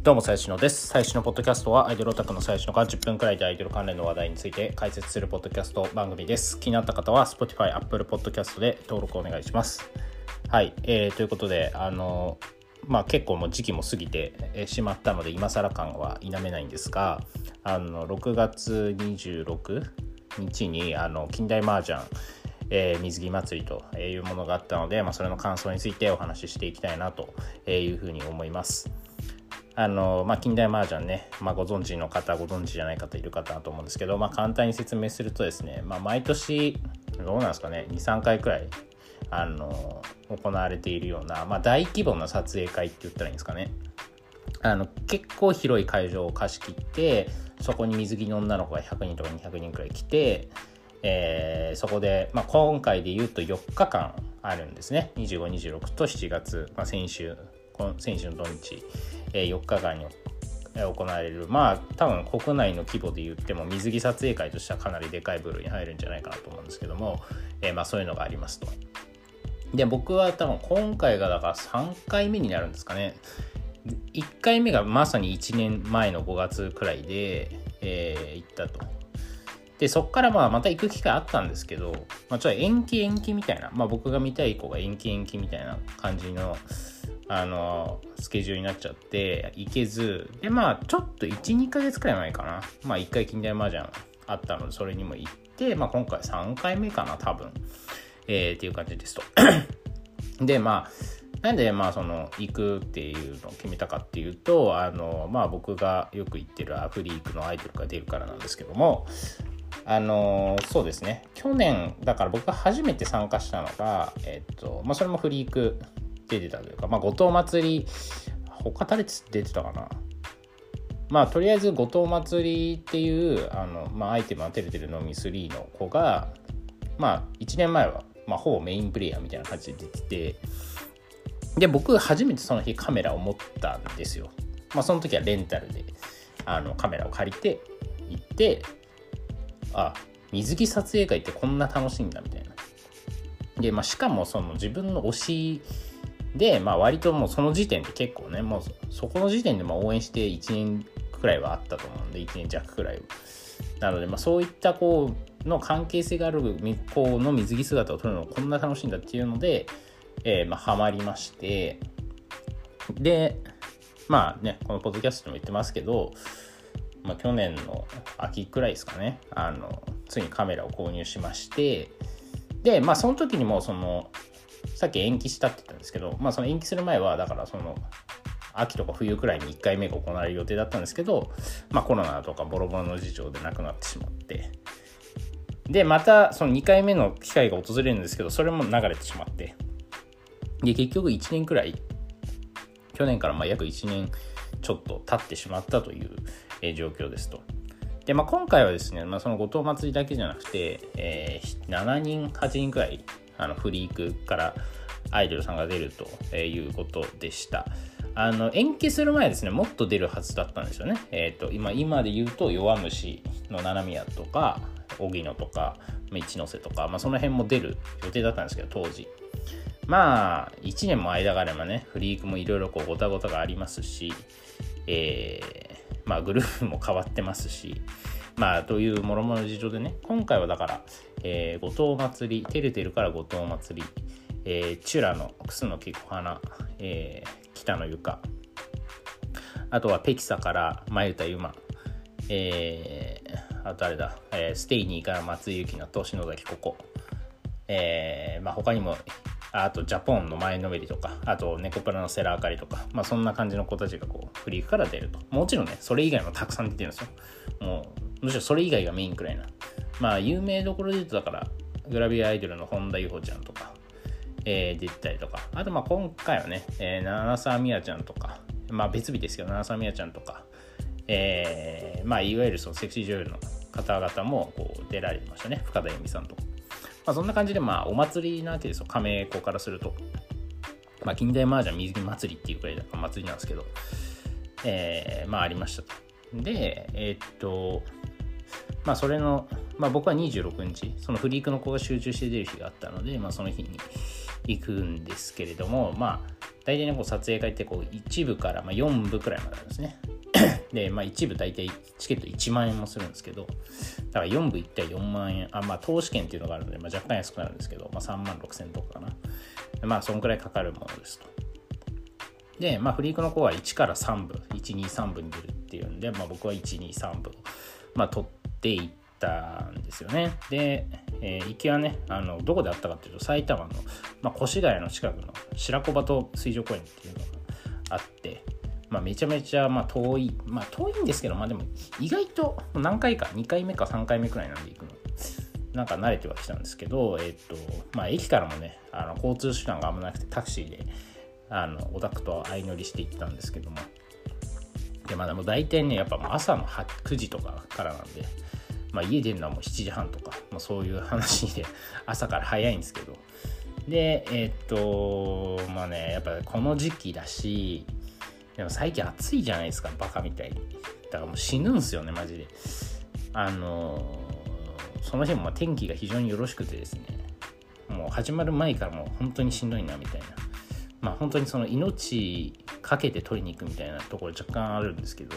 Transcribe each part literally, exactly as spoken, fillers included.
どうも、最新のです。最新のポッドキャストはアイドルオタクの最新のがじゅっぷんくらいでアイドル関連の話題について解説するポッドキャスト番組です。気になった方は Spotify、Apple Podcast で登録お願いします。はい、えー、ということで、あのまあ結構もう時期も過ぎてしまったので今更感は否めないんですが、あのろくがつにじゅうろくにちにあの近代麻雀えー、水着祭りというものがあったので、まあ、それの感想についてお話ししていきたいなというふうに思います。あのまあ、近代麻雀ね、まあ、ご存知の方ご存知じゃない方いるかなと思うんですけど、まあ、簡単に説明するとですね、まあ、毎年どうなんですかね にさんかいくらいあの行われているような、まあ、大規模な撮影会って言ったらいいんですかね。あの結構広い会場を貸し切って、そこに水着の女の子がひゃくにんとかにひゃくにんくらい来て、えー、そこで、まあ、今回で言うとよっかかんあるんですね。にじゅうご、にじゅうろくとしちがつ、まあ、先週先週の土日、えー、よっかかんに行われる、まあ多分国内の規模で言っても水着撮影会としてはかなりでかい部類に入るんじゃないかなと思うんですけども、えー、まあそういうのがありますと。で、僕は多分今回がだからさんかいめになるんですかね。いっかいめがまさにいちねんまえのごがつくらいで、えー、行ったと。でそこからまあまた行く機会あったんですけど、まあ、ちょっと延期延期みたいな、まあ、僕が見たい子が延期延期みたいな感じのあのスケジュールになっちゃって行けず、でまあちょっと いち,に ヶ月くらい前かな、まあいっかい近代麻雀あったのでそれにも行って、まあ今回さんかいめかな多分、えー、っていう感じですと。でまあなんでまあその行くっていうのを決めたかっていうと、あのまあ僕がよく行ってるアフリークのアイドルが出るからなんですけども、あのそうですね、去年だから僕が初めて参加したのが、えっとまあそれもフリークで出たというか、まあ後藤祭り、他誰出てたかな、まあとりあえず後藤祭りっていうあの、まあ、アイテムはてるてるのみスリーの子が、まあいちねんまえは、まあ、ほぼメインプレイヤーみたいな感じで出てて、で僕初めてその日カメラを持ったんですよ。まあその時はレンタルであのカメラを借りて行って、あ、水着撮影会ってこんな楽しいんだみたいな。で、まあ、しかもその自分の推しで、まあ、割ともうその時点で結構ね、もう そ, そこの時点でまあ応援していちねんくらいはあったと思うんで、いちねんじゃくくらいなので、まあ、そういったこうの関係性がある子の水着姿を撮るのがこんな楽しいんだっていうので、えー、まあハマりまして、でまあね、このポッドキャストでも言ってますけど、まあ、去年の秋くらいですかね、あのついにカメラを購入しまして、でまあその時にもそのさっき延期したって言ったんですけど、まあその延期する前はだからその秋とか冬くらいにいっかいめが行われる予定だったんですけど、まあコロナとかボロボロの事情でなくなってしまって、でまたそのにかいめの機会が訪れるんですけど、それも流れてしまって、で結局いちねんくらい、去年からまあ約いちねんちょっと経ってしまったというえ状況ですと。で、まあ、今回はですね、まあ、その後藤祭りだけじゃなくて、えー、しちにんはちにんくらいあのフリークからアイドルさんが出るということでした。あの延期する前はですね、もっと出るはずだったんですよね。えー、と 今, 今で言うと弱虫の七宮とか荻野とか一ノ瀬とか、まあ、その辺も出る予定だったんですけど、当時まあいちねんも間があればね、フリークもいろいろこうごたごたがありますし、えーまあ、グループも変わってますし、まあというもろもろの事情でね、今回はだから、えー、後藤祭り、てるてるから後藤祭り、えー、チュラの楠木小花、えー、北のゆか、あとはペキサから前田ゆま、えー、あとあれだ、えー、ステイニーから松井ゆきのと篠崎ここ、えーまあ、他にもあとジャポンの前のめりとか、あとネコプラのセラあかりとか、まあそんな感じの子たちがこうフリークから出ると。もちろんね、それ以外もたくさん出てるんですよ。もうむしろそれ以外がメインくらいな。まあ有名どころで言うとだからグラビアアイドルの本田由穂ちゃんとか、えー、出てたりとか、あとまあ今回はね、えー、七沢美也ちゃんとか、まあ別日ですけど七沢美也ちゃんとか、えー、まあいわゆるそのセクシー女優の方々もこう出られてましたね。深田由美さんとか。まあ、そんな感じでまあお祭りなわけですよ、亀子からすると。まあ近代麻雀水着祭りっていうくらいだから祭りなんですけど、えー、まあありましたと。でえー、っとまあそれのまあ僕はにじゅうろくにち、そのフリークの子が集中して出る日があったので、まあその日に行くんですけれども、まあ大体ねこう撮影会ってこういち部からまあよん部くらいまであるんですねで、まあ、いち部大体チケットいちまんえんもするんですけど、だからよん部行ったらよんまんえん、あ、まあ投資券っていうのがあるので、まあ、若干安くなるんですけど、まあ、さんまんろくせんとかかな。まあそんくらいかかるものですと。で、まあフリークの子はいちからさん部、いち、に、さん部に出るっていうんで、まあ僕はいち、に、さん部を、まあ取っていったんですよね。で、えー、行きはね、あの、どこであったかっていうと、埼玉の、まあ、越谷の近くの白子鳩水上公園っていうのがあって、まあめちゃめちゃまあ遠い、まあ遠いんですけど、まあでも意外と何回か、にかいめかさんかいめくらいなんで行くの。なんか慣れてはきたんですけど、えっと、まあ駅からもね、あの交通手段があんまなくてタクシーで、あのオタクと相乗りして行ったんですけども、でまあでも大体ねやっぱ朝のくじとかからなんで、まあ家出るのはもうしちじはんとか、まあ、そういう話で朝から早いんですけど、でえっとまあねやっぱこの時期だし、でも最近暑いじゃないですか、バカみたいに。だからもう死ぬんすよねマジで。あのその日もまあ天気が非常によろしくてですね、もう始まる前からもう本当にしんどいなみたいな、まあ本当にその命かけて取りに行くみたいなところ若干あるんですけど、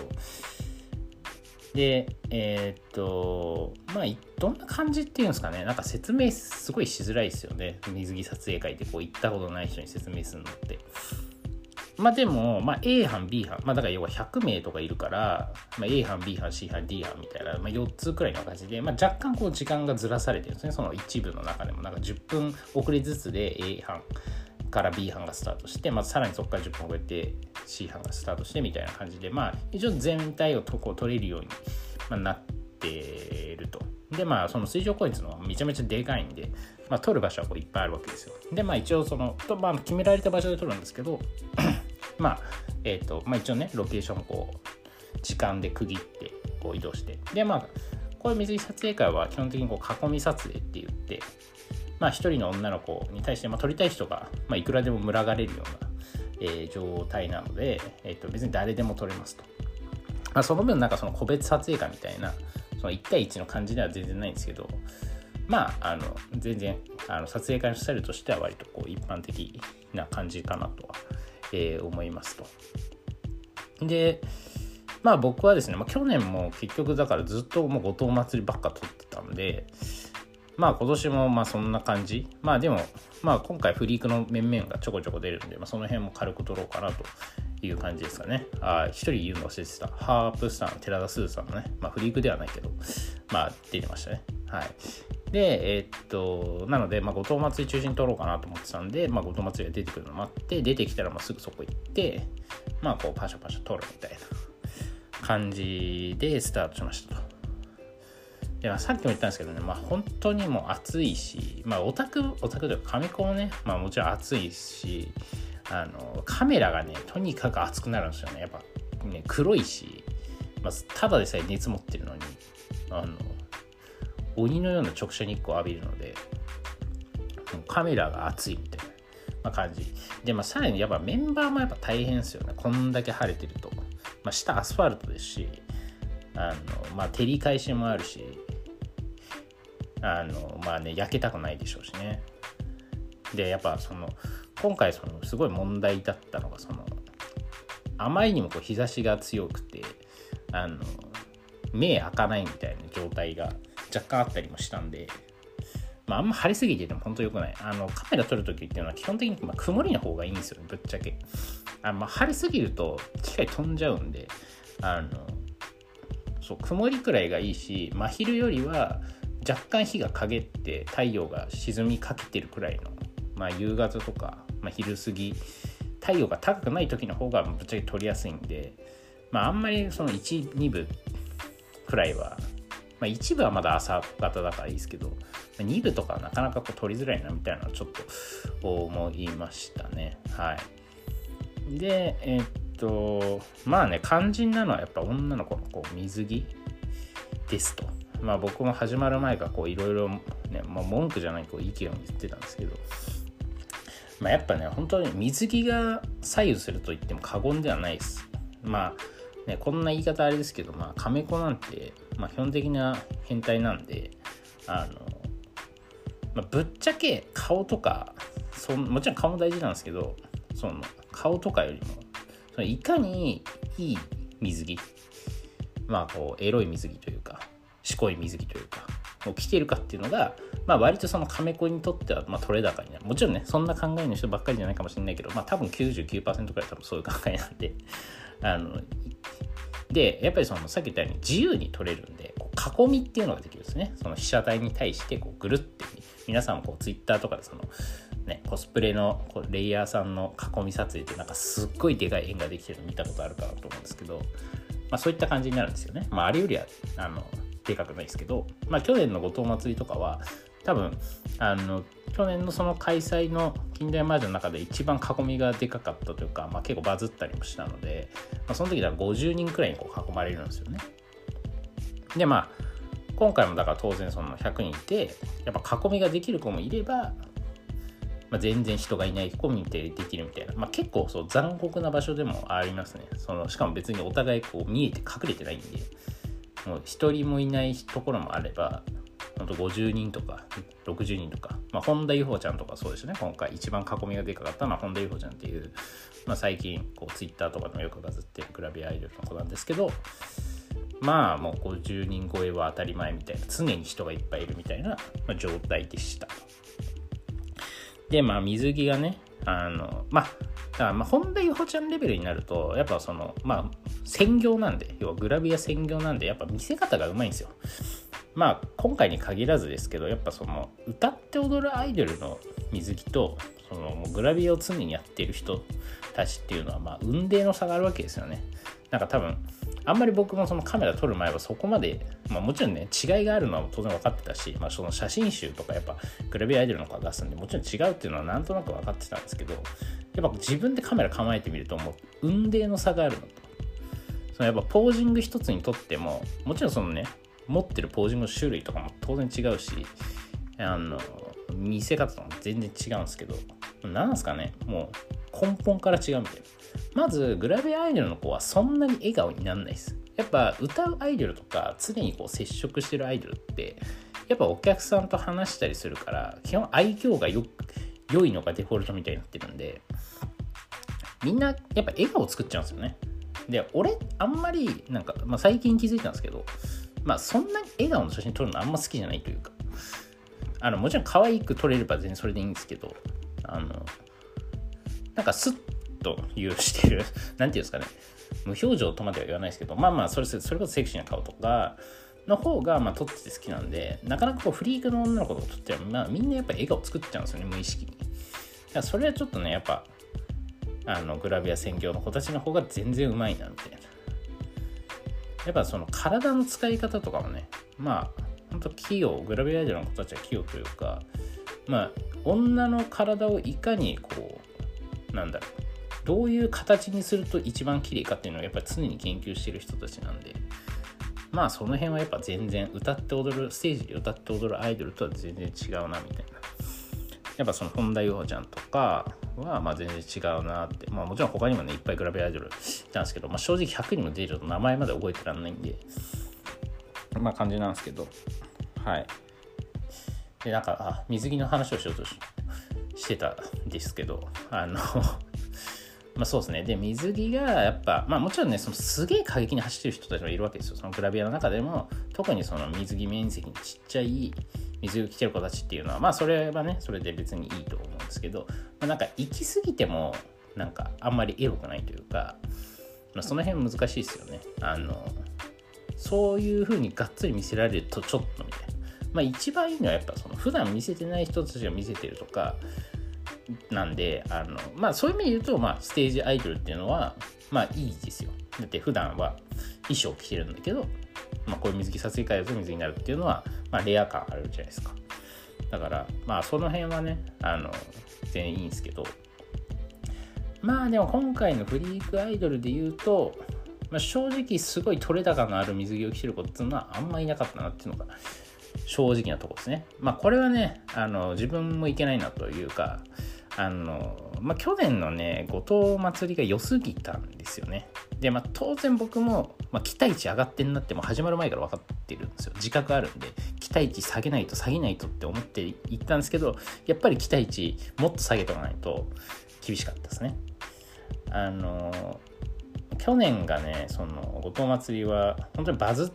でえー、っとまあどんな感じっていうんですかね、なんか説明すごいしづらいですよね、水着撮影会ってこう行ったことない人に説明するのって。まあでも、まあ、A 班 B 班、まあだから要はひゃくめいとかいるから、まあ、A 班 B 班 C 班 D 班みたいな、まあ、よっつくらいの感じで、まあ、若干こう時間がずらされてるんですね。その一部の中でもなんかじゅっぷん遅れずつで A 班から B 班がスタートして、まあ、さらにそこからじゅっぷん遅れて C 班がスタートしてみたいな感じで、まあ一応全体をとこう取れるように、まあ、なっていると。でまあその水上公園っていうのはめちゃめちゃでかいんで、まあ、撮る場所はこういっぱいあるわけですよ。でまあ一応そのと、まあ、決められた場所で撮るんですけどまあえーとまあ、一応ねロケーションをこう時間で区切ってこう移動して、でまあこういう水着撮影会は基本的にこう囲み撮影って言って、まあ一人の女の子に対して、まあ、撮りたい人が、まあ、いくらでも群がれるような、えー、状態なので、えーと別に誰でも撮れますと。まあ、その分なんかその個別撮影会みたいなそのいち対いちの感じでは全然ないんですけど、まああの全然あの撮影会のスタイルとしては割とこう一般的な感じかなとはえー、思いますと。でまあ僕はですね、まあ、去年も結局だからずっともうご当祭りばっか撮ってたんで、まあ今年もまあそんな感じ。まあでもまあ今回フリークの面々がちょこちょこ出るんで、まあ、その辺も軽く撮ろうかなという感じですかね。あ一人言うの忘れてた、ハープスターの寺田スーさんのね、まあフリークではないけどまあ出てましたね。はい。で、えー、っと、なので、まあ、ご当祭り中心に撮ろうかなと思ってたんで、まあ、ご当祭りが出てくるのを待って、出てきたらまあすぐそこ行って、まあ、こう、パシャパシャ撮るみたいな感じでスタートしましたと。で、まあ、さっきも言ったんですけどね、まあ、本当にもう暑いし、まあ、オタク、オタクというか、紙コンね、まあ、もちろん暑いし、あの、カメラがね、とにかく熱くなるんですよね。やっぱ、ね、黒いし、まあ、ただでさえ熱持ってるのに、あの、鬼のような直射日光を浴びるのでカメラが熱いみたいな感じで、まあ、さらにやっぱメンバーもやっぱ大変ですよね。こんだけ晴れてると、まあ、下アスファルトですし、あの、まあ、照り返しもあるし、あの、まあね、焼けたくないでしょうしね。でやっぱその今回そのすごい問題だったのが、そのあまりにもこう日差しが強くてあの目開かないみたいな状態が若干あったりもしたんで、まあ、あんま晴れすぎてても本当良くない。あのカメラ撮るときっていうのは基本的にまあ曇りの方がいいんですよね、ぶっちゃけ。あまあ晴れすぎると機械飛んじゃうんで、あのそう曇りくらいがいいし、真昼よりは若干日が陰って太陽が沈みかけてるくらいの、まあ、夕方とか、まあ、昼過ぎ太陽が高くない時の方がぶっちゃけ撮りやすいんで、まあ、あんまりそのいち、に部くらいは、まあ、いち部はまだ朝方だからいいですけど、に部とかなかなかこう撮りづらいなみたいなのはちょっと思いましたね。はい。で、えー、っと、まあね、肝心なのはやっぱ女の子のこう水着ですと。まあ僕も始まる前からこういろいろね、まあ、文句じゃないこう意見を言ってたんですけど、まあやっぱね、本当に水着が左右すると言っても過言ではないです。まあね、こんな言い方あれですけど、まあカメ子なんて、まあ、基本的な変態なんで、あの、まあ、ぶっちゃけ顔とかそんもちろん顔も大事なんですけど、 その顔とかよりもそのいかにいい水着、まあこうエロい水着というかしこい水着というかを着ているかっていうのが、まあ、割とそのカメコにとってはまあ取れ高になる。もちろんねそんな考えの人ばっかりじゃないかもしれないけど、まあ多分 きゅうじゅうきゅうパーセント くらい多分そういう考えなんであのでやっぱりそのさっき言ったように自由に取れるんでこう囲みっていうのができるんですね。その被写体に対してこうぐるって皆さんもこうツイッターとかでそのね、コスプレのこうレイヤーさんの囲み撮影でなんかすっごいでかい円ができてるの見たことあるかなと思うんですけど、まあ、そういった感じになるんですよね。まあ、あれよりはあのでかくないですけど、まあ、去年の後藤祭りとかは多分あの去年のその開催の近代マージョンの中で一番囲みがでかかったというか、まあ、結構バズったりもしたので、まあ、その時だからごじゅうにんくらいにこう囲まれるんですよね。でまあ今回もだから当然そのひゃくにんいてやっぱ囲みができる子もいれば、まあ、全然人がいないコミュニティでできるみたいな、まあ、結構そう残酷な場所でもありますね。そのしかも別にお互いこう見えて隠れてないんで、もう一人もいないところもあればほんとごじゅうにんとかろくじゅうにんとか、まあ、本田由穂ちゃんとかそうですね。今回一番囲みがでかかったのは本田由穂ちゃんっていう、まあ、最近こうツイッターとかでもよくバズってるグラビアアイドルの子なんですけど、まあもうごじゅうにん超えは当たり前みたいな、常に人がいっぱいいるみたいな、まあ、状態でした。でまあ水着がねあのまあだからまあ本田由穂ちゃんレベルになるとやっぱそのまあ専業なんで、要はグラビア専業なんでやっぱ見せ方がうまいんですよ。まあ今回に限らずですけど、やっぱその歌って踊るアイドルの水着とそのもうグラビアを常にやっている人たちっていうのはまあ雲泥の差があるわけですよね。なんか多分あんまり僕もそのカメラ撮る前はそこまで、まあ、もちろんね違いがあるのは当然分かってたし、まあ、その写真集とかやっぱグラビアアイドルの子が出すんでもちろん違うっていうのはなんとなく分かってたんですけど、やっぱ自分でカメラ構えてみるともう雲泥の差があるのと、そのやっぱポージング一つにとってももちろんそのね持ってるポージングの種類とかも当然違うし、あの見せ方とかも全然違うんですけど、なんですかね、もう根本から違うみたいな。まずグラビアアイドルの子はそんなに笑顔にならないです。やっぱ歌うアイドルとか常にこう接触してるアイドルってやっぱお客さんと話したりするから基本愛嬌がよ良いのがデフォルトみたいになってるんで、みんなやっぱ笑顔作っちゃうんですよね。で俺あんまりなんか、まあ、最近気づいたんですけど、まあそんなに笑顔の写真撮るのあんま好きじゃないというか、あのもちろん可愛く撮れれば全然それでいいんですけど、あのなんかスッと許してるなんていうんですかね、無表情とまでは言わないですけど、まあまあそれそれこそセクシーな顔とかの方がまあ撮ってて好きなんで、なかなかこうフリークの女の子とか撮っては、まあ、みんなやっぱ笑顔作っちゃうんですよね、無意識に。だからそれはちょっとねやっぱあのグラビア専業の子たちの方が全然うまいなみたいな。やっぱその体の使い方とかもね、まあ本当器用、グラビアアイドルの子たちは器用というか、まあ女の体をいかにこうなんだろうどういう形にすると一番綺麗かっていうのをやっぱり常に研究してる人たちなんで、まあその辺はやっぱ全然歌って踊るステージで歌って踊るアイドルとは全然違うなみたいな。やっぱその本田由穂ちゃんとかはまあ全然違うなって、まあもちろん他にもねいっぱいグラビアアイドルいたんですけど、まあ正直ひゃくにんも出ると名前まで覚えてらんないんでまあ感じなんですけど、はい。でなんかあ水着の話をしようと し, してたんですけど、あのまあそうですね。で水着がやっぱまあもちろんねそのすげえ過激に走ってる人たちもいるわけですよ。そのグラビアの中でも特にその水着面積にちっちゃい水着を着てる子たちっていうのはまあそれはねそれで別にいいと思うんですけど、まあ、なんか行き過ぎてもなんかあんまりエロくないというか、まあ、その辺難しいですよね。あのそういう風にがっつり見せられるとちょっとみたいな。まあ一番いいのはやっぱその普段見せてない人たちが見せてるとかなんで、あのまあそういう意味で言うと、まあ、ステージアイドルっていうのはまあいいですよ。だって普段は衣装着てるんだけど、まあ、こういう水着撮影会だと水着になるっていうのは、まあ、レア感あるじゃないですか。だからまあその辺はねあの全然いいんですけど、まあでも今回のフリークアイドルで言うと、まあ、正直すごい取れ高のある水着を着てる子っていうのはあんまいなかったなっていうのが正直なところですね。まあこれはねあの自分もいけないなというか、あのまあ去年のね後藤祭りが良すぎたんですよね。でまあ当然僕も、まあ、期待値上がってんなってもう始まる前から分かってるんですよ。自覚あるんで期待値下げないと下げないとって思っていったんですけど、やっぱり期待値もっと下げとかないと厳しかったですね。あの去年がね、そのご当祭りは本当にバズった、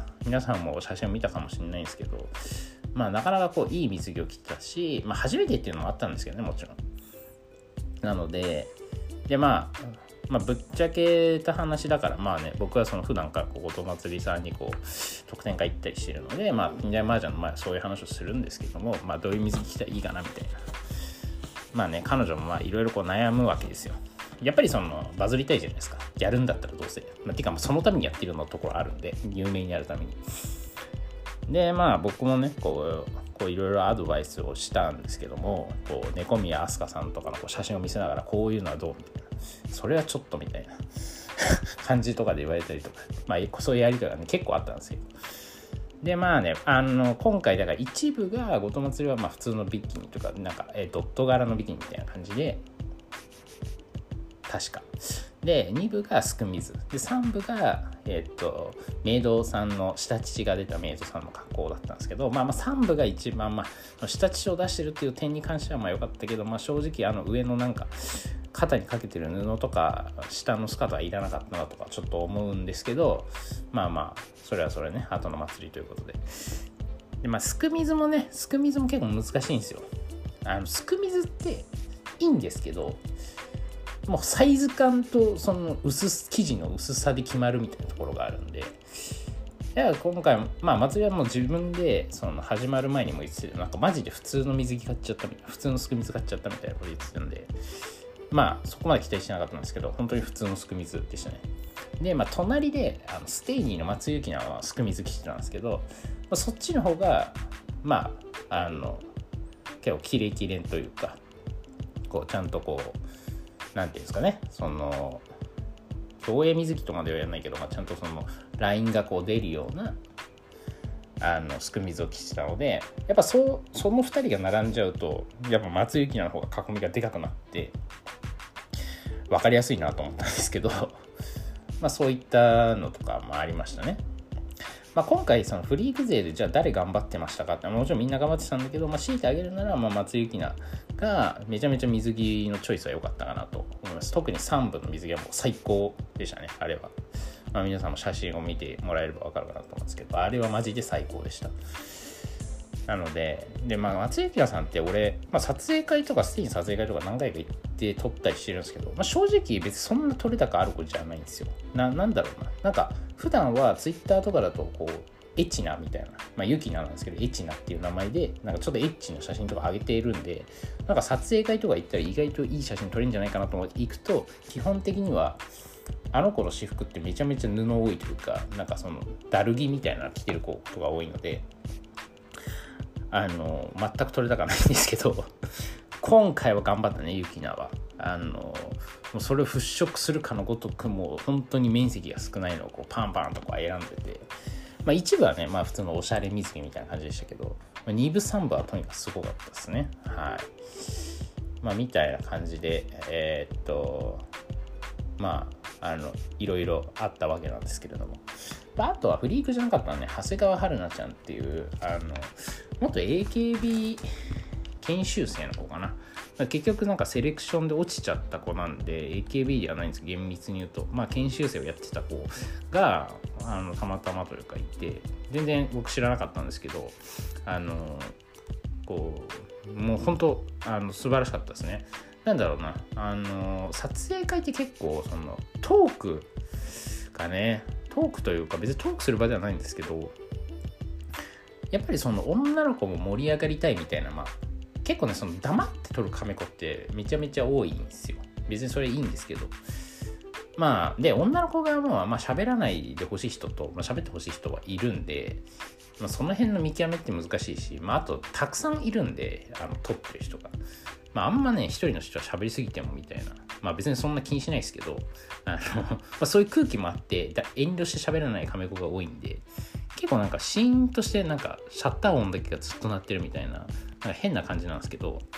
皆さんも写真を見たかもしれないんですけど、まあなかなかこういい水着を着てたし、まあ初めてっていうのもあったんですけどね、もちろん。なので、でまあ、まあぶっちゃけた話だから、まあね、僕はその普段からこうご当祭りさんにこう特典会行ったりしてるので、まあ近代麻雀の前はそういう話をするんですけども、まあどういう水着着たらいいかなみたいな。まあね、彼女もまあいろいろこう悩むわけですよ。やっぱりそのバズりたいじゃないですか。やるんだったらどうせ。まあ、てかそのためにやってるのところあるんで、有名になるために。でまあ僕もね、こうこういろいろアドバイスをしたんですけども、こう猫宮飛鳥さんとかのこう写真を見せながら、こういうのはどうみたいな、それはちょっとみたいな感じとかで言われたりとか、まあそういうやりとりがね結構あったんですよ。でまあね、あの今回だから一部がごと祭りはまあ普通のビキニとかなんか、えー、ドット柄のビキニみたいな感じで、確かでに部がすく水でさん部がえっ、ー、とメイドさんの下乳が出たメイドさんの格好だったんですけど、まあまあさん部が一番まあ下乳を出してるっていう点に関してはまあ良かったけど、まあ正直あの上のなんか肩にかけてる布とか下のスカートはいらなかったなとかちょっと思うんですけど、まあまあそれはそれね、後の祭りということで。でまあすく水もね、すく水も結構難しいんですよ。あのすく水っていいんですけど、もうサイズ感とその薄生地の薄さで決まるみたいなところがあるんで、いや今回まあ祭りはもう自分でその始まる前にも言ってて、なんかマジで普通の水着買っちゃったみたいな、普通のすく水買っちゃったみたいなこと言ってたんで、まあそこまで期待してなかったんですけど、本当に普通のすく水でしたね。でまあ隣であのステイニーの松井ゆきなはすく水着てたんですけど、まあ、そっちの方がまああの結構キレキレというか、こうちゃんとこうなんていうんですかね、その競泳水着とまではやらないけど、まあ、ちゃんとそのラインがこう出るようなあのすく水を着てたので、やっぱそそのふたりが並んじゃうとやっぱ松井ゆきなの方が囲みがでかくなって分かりやすいなと思ったんですけどまあそういったのとかもありましたね。まあ、今回そのフリーク勢でじゃあ誰頑張ってましたかって、もちろんみんな頑張ってたんだけど、まあ、強いてあげるならまあ松井ゆきながめちゃめちゃ水着のチョイスは良かったかなと思います。特にさん部の水着はもう最高でしたね、あれは。まあ、皆さんも写真を見てもらえれば分かるかなと思うんですけど、あれはマジで最高でした。なので、でまあ、松井ゆきなさんって俺、まあ、撮影会とかステージ撮影会とか何回か行って撮ったりしてるんですけど、まあ、正直別にそんな撮れ高ある子じゃないんですよ。な、なんだろうな。なんか普段はツイッターとかだとこうエッチなみたいな、まあゆきななんですけどエッチなっていう名前でなんかちょっとエッチな写真とか上げているんで、なんか撮影会とか行ったら意外といい写真撮れるんじゃないかなと思って行くと、基本的にはあの子の私服ってめちゃめちゃ布多いというか、なんかそのダル着みたいなの着てる子とか多いので、あの全く撮れ高ないんですけど今回は頑張ったね、ゆきなは。あのもうそれを払拭するかのごとく、もう本当に面積が少ないのをこうパンパンとか選んでて、まあ、一部はね、まあ、普通のおしゃれ水着みたいな感じでしたけど、に部さん部はとにかくすごかったですね。はい。まあみたいな感じでえー、っとまああのいろいろあったわけなんですけれども、まあ、あとはフリークじゃなかったのね、長谷川春菜ちゃんっていうあの元 エーケービー 研修生の子かな。結局なんかセレクションで落ちちゃった子なんで エーケービー ではないんですけど、厳密に言うとまあ研修生をやってた子があのたまたまというかいて、全然僕知らなかったんですけど、あのこうもう本当あの素晴らしかったですね。なんだろうな、あの撮影会って結構そのトークがね、トークというか別にトークする場ではないんですけど、やっぱりその女の子も盛り上がりたいみたいな、まあ結構ね、その黙って撮るカメ子ってめちゃめちゃ多いんですよ。別にそれいいんですけど、まあで女の子側もまあ喋らないでほしい人と、まあ、喋ってほしい人はいるんで、まあ、その辺の見極めって難しいし、まああとたくさんいるんで、あの撮ってる人が、まああんまね一人の人は喋りすぎてもみたいな、まあ別にそんな気にしないですけど、あの、まあ、そういう空気もあって遠慮して喋らないカメ子が多いんで、結構なんかシーンとしてなんかシャッター音だけがずっと鳴ってるみたいな、なんか変な感じなんですけど、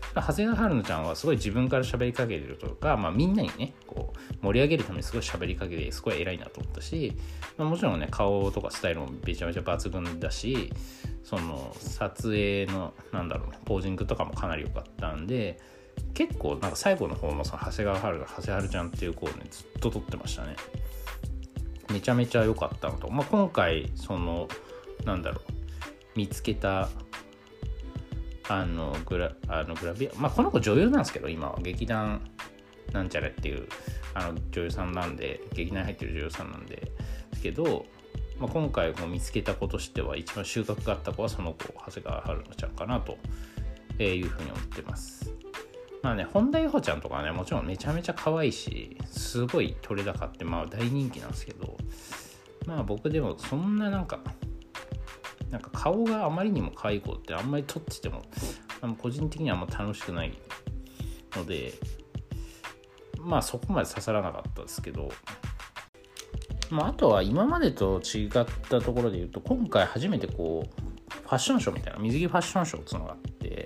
長谷川春菜ちゃんはすごい自分から喋りかけてるとか、まあ、みんなにねこう盛り上げるためにすごい喋りかけてすごい偉いなと思ったし、まあ、もちろんね顔とかスタイルもめちゃめちゃ抜群だし、その撮影のなんだろうポージングとかもかなり良かったんで、結構なんか最後の方もその長谷川春が長谷春ちゃんっていう子をねずっと撮ってましたね。めちゃめちゃ良かったのと、まあ、今回そのなんだろう見つけたあのグラあのグラビア、まあこの子女優なんですけど、今は劇団なんちゃらっていうあの女優さんなんで、劇団入ってる女優さんなんでですけど、まあ、今回も見つけた子としては一番収穫があった子はその子長谷川春菜ちゃんかなというふうに思ってます。まあね、本田由穂ちゃんとかはねもちろんめちゃめちゃ可愛いしすごい撮れ高ってまあ大人気なんですけど、まあ僕でもそんななんかなんか顔があまりにも可愛い子ってあんまり撮っててもあの個人的にはあんま楽しくないので、まあそこまで刺さらなかったですけど、まあ、あとは今までと違ったところで言うと、今回初めてこうファッションショーみたいな水着ファッションショーっていうのがあって、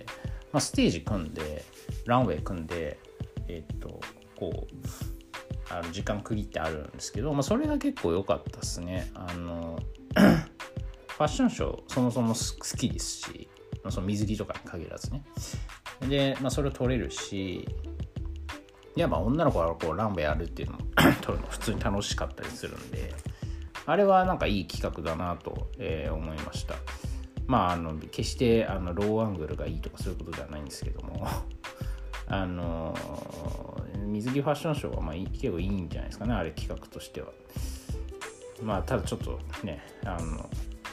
まあ、ステージ組んでランウェイ組んでえっとこうあの時間区切ってあるんですけど、まあ、それが結構良かったですね。あのファッションショーそもそも好きですし、その水着とかに限らずね。で、まあ、それを撮れるし、いやまあ女の子がこうランウェイやるっていうのも撮るの普通に楽しかったりするんで、あれはなんかいい企画だなと、えー、思いました。まああの決してあのローアングルがいいとかそういうことではないんですけどもあの水着ファッションショーはまあ結構いいんじゃないですかね、あれ企画としては。まあただちょっとねあの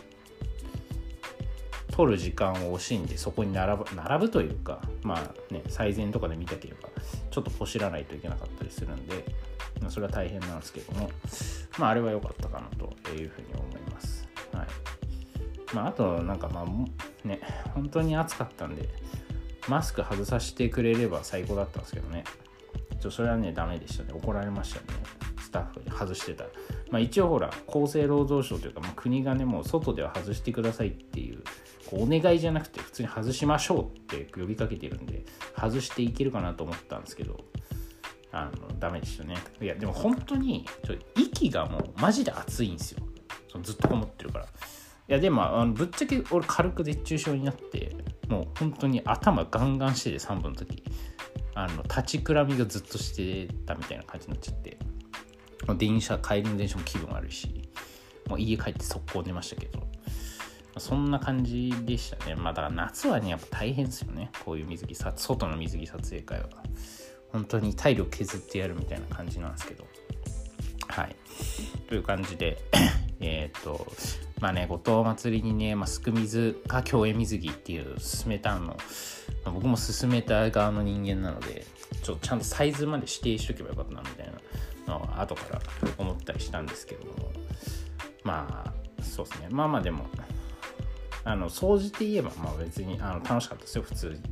撮る時間を惜しんでそこに並ぶ並ぶというか、まあね最前とかで見たければちょっとこしらないといけなかったりするんで、それは大変なんですけども、まああれは良かったかなというふうに思います。はい。まああとなんかまあね本当に暑かったんでマスク外させてくれれば最高だったんですけどね、ちょそれはねダメでしたね。怒られましたね、スタッフに外してたら。まあ一応ほら厚生労働省というか、まあ、国がねもう外では外してくださいっていうこうお願いじゃなくて普通に外しましょうって呼びかけているんで外していけるかなと思ったんですけど、あのダメでしたね。いやでも本当にちょ息がもうマジで熱いんですよ、そのずっとこもってるから。いやでもあのぶっちゃけ俺軽く熱中症になってもう本当に頭ガンガンしててさんぷんの時あの立ちくらみがずっとしてたみたいな感じになっちゃって、電車帰りの電車も気分悪いし、もう家帰って速攻出ましたけど、そんな感じでしたね。まあだから夏はねやっぱ大変ですよね、こういう水着さ外の水着撮影会は本当に体力削ってやるみたいな感じなんですけど、はいという感じでえっとまあね後藤祭りにね、まあ、すく水か競泳水着っていう勧めたの、まあ、僕も勧めた側の人間なのでちょっとちゃんとサイズまで指定しとけばよかったなみたいなのは後から思ったりしたんですけども、まあそうですね、まあまあでもあの総じて言えばまあ別にあの楽しかったですよ普通に。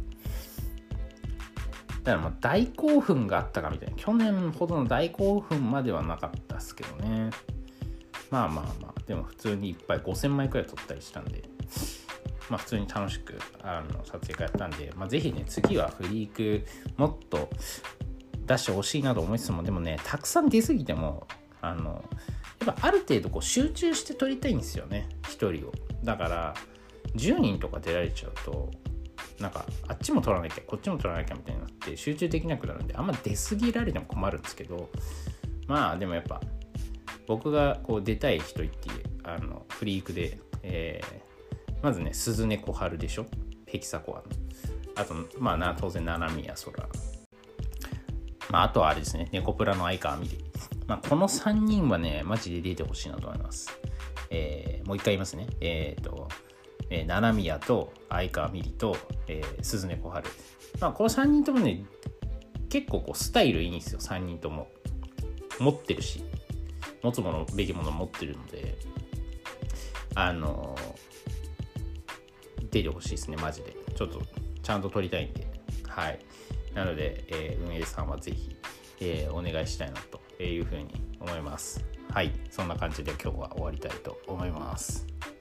だからまあ大興奮があったかみたいな、去年ほどの大興奮まではなかったですけどね。まあまあまあでも普通にいっぱいごせんまいくらい撮ったりしたんで、まあ普通に楽しくあの撮影会やったんで、まあぜひね次はフリークもっと出してほしいなと思いつつも、でもねたくさん出過ぎてもあのやっぱある程度こう集中して撮りたいんですよね、ひとりを。だからじゅうにんとか出られちゃうとなんかあっちも撮らなきゃこっちも撮らなきゃみたいになって集中できなくなるんで、あんま出過ぎられても困るんですけど、まあでもやっぱ僕がこう出たい人言ってあのフリークで、えー、まずね鈴音小春でしょ、ヘキサコアの、あとまあな当然七宮空、まああとはあれですね、ネコプラの相川みり、まあこのさんにんはねマジで出てほしいなと思います。えー、もう一回言いますね。えっ、ー、と、えー、七宮と相川みりと、えー、鈴音小春、まあこのさんにんともね結構こうスタイルいいんですよ。さんにんとも持ってるし持つものべきもの持ってるので、あのー、出てほしいですねマジで。ちょっとちゃんと撮りたいんで、はい。なので、えー、運営さんはぜひ、えー、お願いしたいなというふうに思います。はい、そんな感じで今日は終わりたいと思います。